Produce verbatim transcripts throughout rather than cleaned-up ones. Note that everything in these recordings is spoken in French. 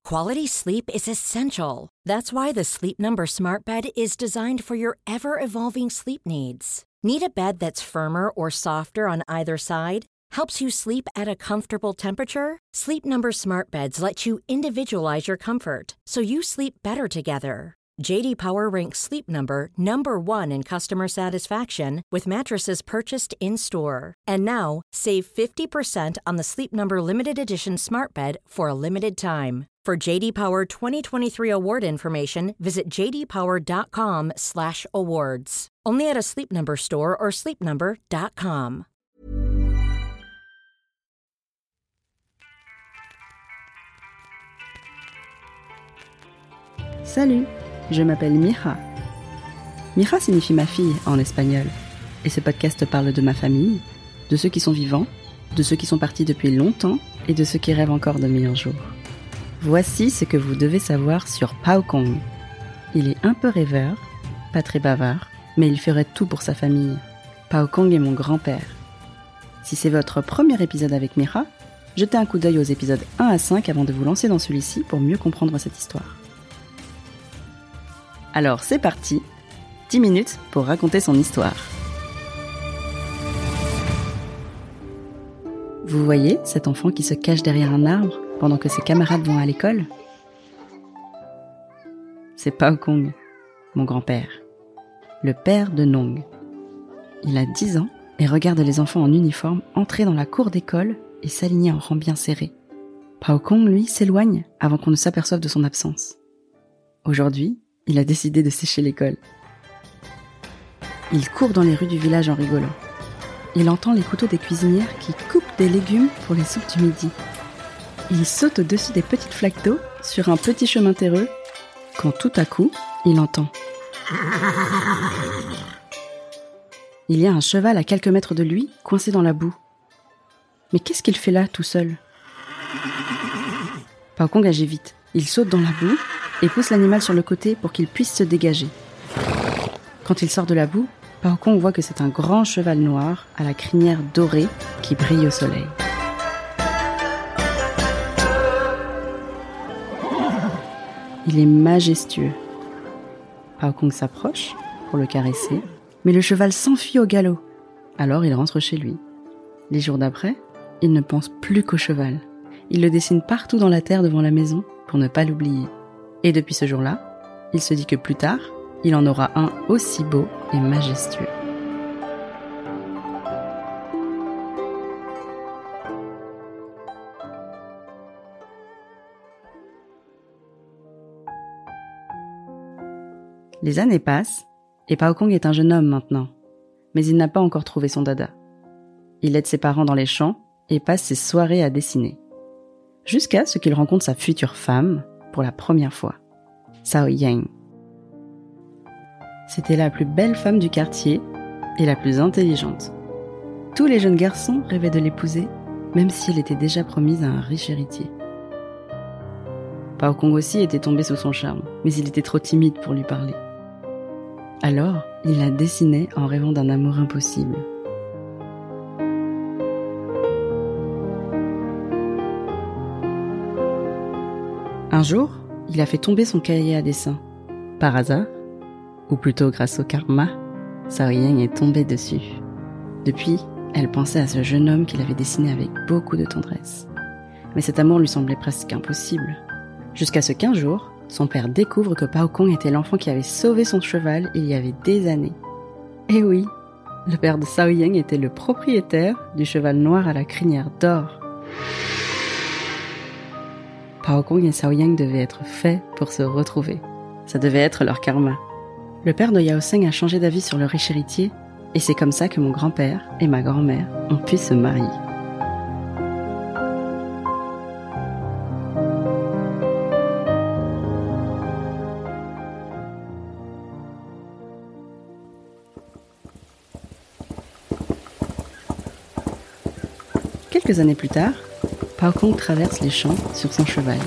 Quality sleep is essential. That's why the Sleep Number Smart Bed is designed for your ever-evolving sleep needs. Need a bed that's firmer or softer on either side? Helps you sleep at a comfortable temperature? Sleep Number Smart Beds let you individualize your comfort, so you sleep better together. J D Power ranks Sleep Number number one in customer satisfaction with mattresses purchased in-store. And now, save fifty percent on the Sleep Number Limited Edition Smart Bed for a limited time. For J D Power twenty twenty-three award information, visit j d power dot com slash awards. Only at a Sleep Number store or sleep number dot com. Salut, je m'appelle Mira. Mira signifie ma fille en espagnol. Et ce podcast parle de ma famille, de ceux qui sont vivants, de ceux qui sont partis depuis longtemps et de ceux qui rêvent encore de meilleurs jours. Voici ce que vous devez savoir sur Pao Kong. Il est un peu rêveur, pas très bavard, mais il ferait tout pour sa famille. Pao Kong est mon grand-père. Si c'est votre premier épisode avec Mira, jetez un coup d'œil aux épisodes un à cinq avant de vous lancer dans celui-ci pour mieux comprendre cette histoire. Alors c'est parti, dix minutes pour raconter son histoire. Vous voyez cet enfant qui se cache derrière un arbre pendant que ses camarades vont à l'école ? C'est Pao Kong, mon grand-père, le père de Nong. Il a dix ans et regarde les enfants en uniforme entrer dans la cour d'école et s'aligner en rang bien serré. Pao Kong, lui, s'éloigne avant qu'on ne s'aperçoive de son absence. Aujourd'hui, il a décidé de sécher l'école. Il court dans les rues du village en rigolant. Il entend les couteaux des cuisinières qui coupent des légumes pour les soupes du midi. Il saute au-dessus des petites flaques d'eau sur un petit chemin terreux quand tout à coup, il entend. Il y a un cheval à quelques mètres de lui, coincé dans la boue. Mais qu'est-ce qu'il fait là, tout seul ? Pao Kong agit vite. Il saute dans la boue et pousse l'animal sur le côté pour qu'il puisse se dégager. Quand il sort de la boue, Pao Kong voit que c'est un grand cheval noir à la crinière dorée qui brille au soleil. Il est majestueux. Pao Kong s'approche pour le caresser, mais le cheval s'enfuit au galop. Alors il rentre chez lui. Les jours d'après, il ne pense plus qu'au cheval. Il le dessine partout dans la terre devant la maison pour ne pas l'oublier. Et depuis ce jour-là, il se dit que plus tard, il en aura un aussi beau et majestueux. Les années passent, et Pao Kong est un jeune homme maintenant, mais il n'a pas encore trouvé son dada. Il aide ses parents dans les champs et passe ses soirées à dessiner. Jusqu'à ce qu'il rencontre sa future femme pour la première fois, Sao Yang. C'était la plus belle femme du quartier et la plus intelligente. Tous les jeunes garçons rêvaient de l'épouser, même si elle était déjà promise à un riche héritier. Pao Kong aussi était tombé sous son charme, mais il était trop timide pour lui parler. Alors, il la dessinait en rêvant d'un amour impossible. Un jour, il a fait tomber son cahier à dessin. Par hasard, ou plutôt grâce au karma, Sao Yang est tombée dessus. Depuis, elle pensait à ce jeune homme qu'il avait dessiné avec beaucoup de tendresse. Mais cet amour lui semblait presque impossible. Jusqu'à ce qu'un jour, son père découvre que Pao Kong était l'enfant qui avait sauvé son cheval il y avait des années. Et oui, le père de Sao Yang était le propriétaire du cheval noir à la crinière d'or. Pao Kong et Sao Yang devaient être faits pour se retrouver. Ça devait être leur karma. Le père de Yao Seng a changé d'avis sur le riche héritier, et c'est comme ça que mon grand-père et ma grand-mère ont pu se marier. Quelques années plus tard, Pao Kong traverse les champs sur son cheval.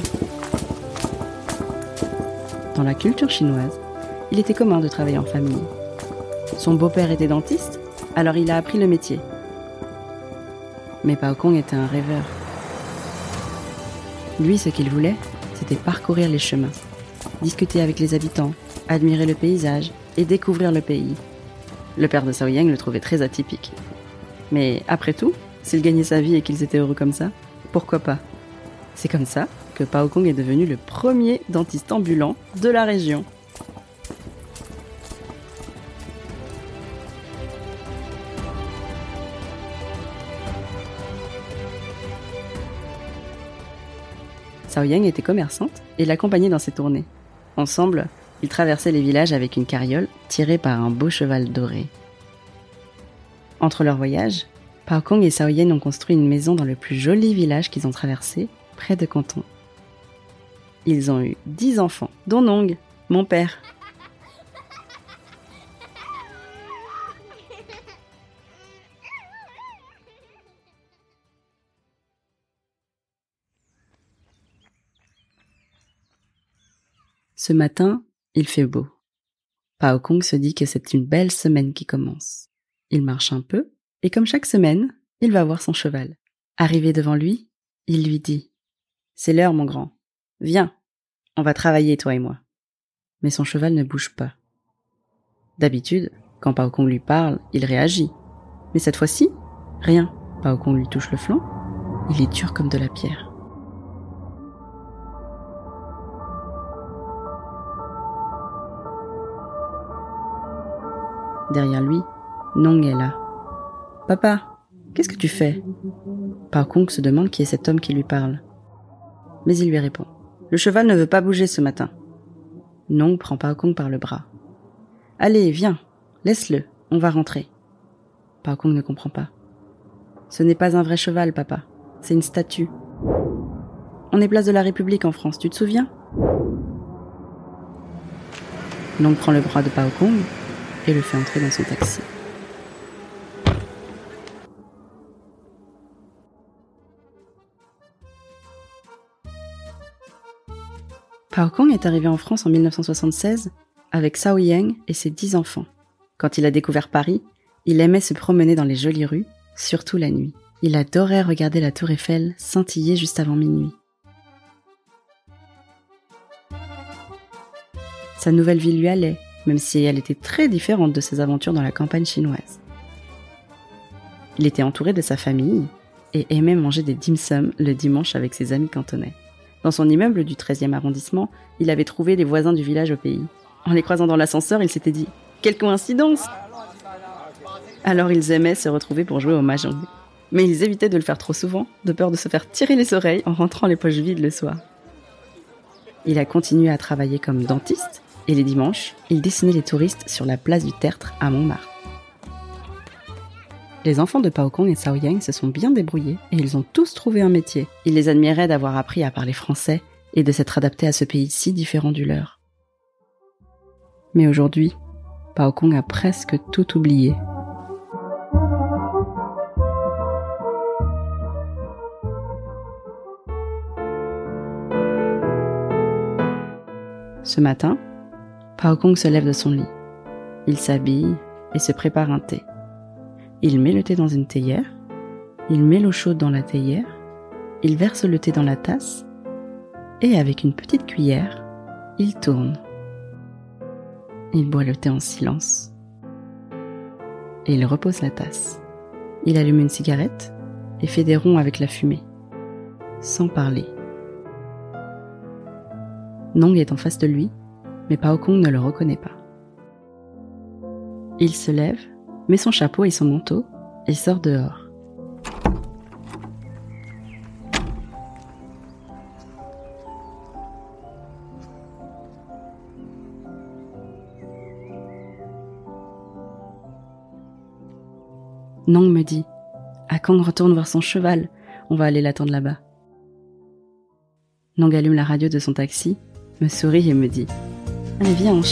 Dans la culture chinoise, il était commun de travailler en famille. Son beau-père était dentiste, alors il a appris le métier. Mais Pao Kong était un rêveur. Lui, ce qu'il voulait, c'était parcourir les chemins, discuter avec les habitants, admirer le paysage et découvrir le pays. Le père de Zhao Yang le trouvait très atypique. Mais après tout, s'il gagnait sa vie et qu'ils étaient heureux comme ça, pourquoi pas? C'est comme ça que Pao Kong est devenu le premier dentiste ambulant de la région. Zhao Yang était commerçante et l'accompagnait dans ses tournées. Ensemble, ils traversaient les villages avec une carriole tirée par un beau cheval doré. Entre leurs voyages, Pao Kong et Zhao Yan ont construit une maison dans le plus joli village qu'ils ont traversé, près de Canton. Ils ont eu dix enfants, dont Nong, mon père. Ce matin, il fait beau. Pao Kong se dit que c'est une belle semaine qui commence. Il marche un peu, et comme chaque semaine, il va voir son cheval. Arrivé devant lui, il lui dit « C'est l'heure, mon grand. Viens, on va travailler, toi et moi. » Mais son cheval ne bouge pas. D'habitude, quand Pao Kong lui parle, il réagit. Mais cette fois-ci, rien. Pao Kong lui touche le flanc, il est dur comme de la pierre. Derrière lui, Nong est là. « Papa, qu'est-ce que tu fais ?» Pao Kong se demande qui est cet homme qui lui parle. Mais il lui répond. « Le cheval ne veut pas bouger ce matin. » Nong prend Pao Kong par le bras. « Allez, viens, laisse-le, on va rentrer. » Pao Kong ne comprend pas. « Ce n'est pas un vrai cheval, papa, c'est une statue. On est place de la République en France, tu te souviens ?» Nong prend le bras de Pao Kong et le fait entrer dans son taxi. Pao Kong est arrivé en France en mille neuf cent soixante-seize avec Zhao Yang et ses dix enfants. Quand il a découvert Paris, il aimait se promener dans les jolies rues, surtout la nuit. Il adorait regarder la tour Eiffel scintiller juste avant minuit. Sa nouvelle ville lui allait, même si elle était très différente de ses aventures dans la campagne chinoise. Il était entouré de sa famille et aimait manger des dim sum le dimanche avec ses amis cantonais. Dans son immeuble du treizième arrondissement, il avait trouvé les voisins du village au pays. En les croisant dans l'ascenseur, il s'était dit « Quelle coïncidence !» Alors ils aimaient se retrouver pour jouer au mahjong. Mais ils évitaient de le faire trop souvent, de peur de se faire tirer les oreilles en rentrant les poches vides le soir. Il a continué à travailler comme dentiste, et les dimanches, il dessinait les touristes sur la place du Tertre à Montmartre. Les enfants de Pao Kong et Zhao Yang se sont bien débrouillés et ils ont tous trouvé un métier. Ils les admiraient d'avoir appris à parler français et de s'être adaptés à ce pays si différent du leur. Mais aujourd'hui, Pao Kong a presque tout oublié. Ce matin, Pao Kong se lève de son lit. Il s'habille et se prépare un thé. Il met le thé dans une théière, il met l'eau chaude dans la théière, il verse le thé dans la tasse, et avec une petite cuillère, il tourne. Il boit le thé en silence. Et il repose la tasse. Il allume une cigarette et fait des ronds avec la fumée, sans parler. Nong est en face de lui, mais Pao Kong ne le reconnaît pas. Il se lève, met son chapeau et son manteau et sort dehors. Nong me dit « Ah, Kong retourne voir son cheval, on va aller l'attendre là-bas. » Nong allume la radio de son taxi, me sourit et me dit « Allez, viens, on chante. »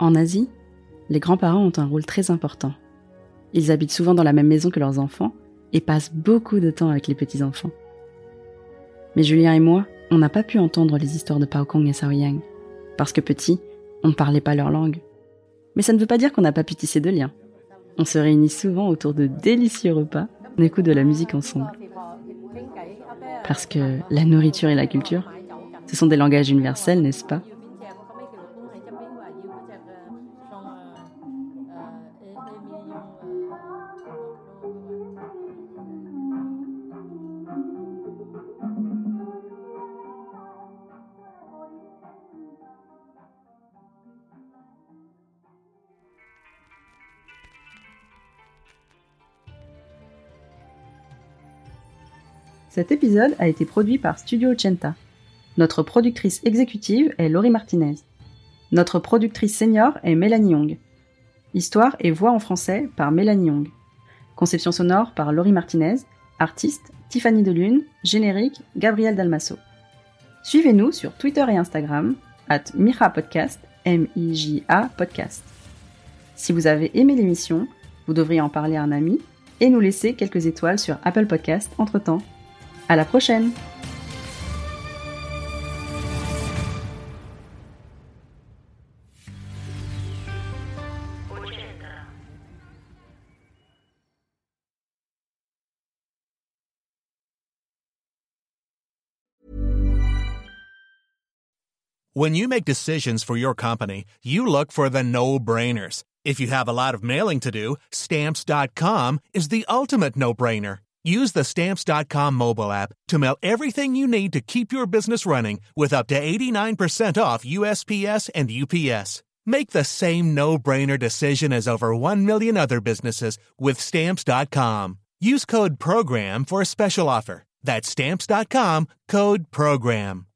En Asie, les grands-parents ont un rôle très important. Ils habitent souvent dans la même maison que leurs enfants et passent beaucoup de temps avec les petits-enfants. Mais Julien et moi, on n'a pas pu entendre les histoires de Pao Kong et Sao Yang, parce que petits, on ne parlait pas leur langue. Mais ça ne veut pas dire qu'on n'a pas pu tisser de liens. On se réunit souvent autour de délicieux repas, on écoute de la musique ensemble. Parce que la nourriture et la culture, ce sont des langages universels, n'est-ce pas ? Cet épisode a été produit par Studio Ochenta. Notre productrice exécutive est Laurie Martinez. Notre productrice senior est Mélanie Young. Histoire et voix en français par Mélanie Young. Conception sonore par Laurie Martinez. Artiste, Tiffany Delune. Générique, Gabriel Dalmasso. Suivez-nous sur Twitter et Instagram, at Mija Podcast, M I J A Podcast. Si vous avez aimé l'émission, vous devriez en parler à un ami et nous laisser quelques étoiles sur Apple Podcast entre-temps. À la prochaine! When you make decisions for your company, you look for the no-brainers. If you have a lot of mailing to do, Stamps dot com is the ultimate no-brainer. Use the Stamps dot com mobile app to mail everything you need to keep your business running with up to eighty-nine percent off U S P S and U P S. Make the same no-brainer decision as over one million other businesses with Stamps dot com. Use code PROGRAM for a special offer. That's Stamps dot com, code PROGRAM.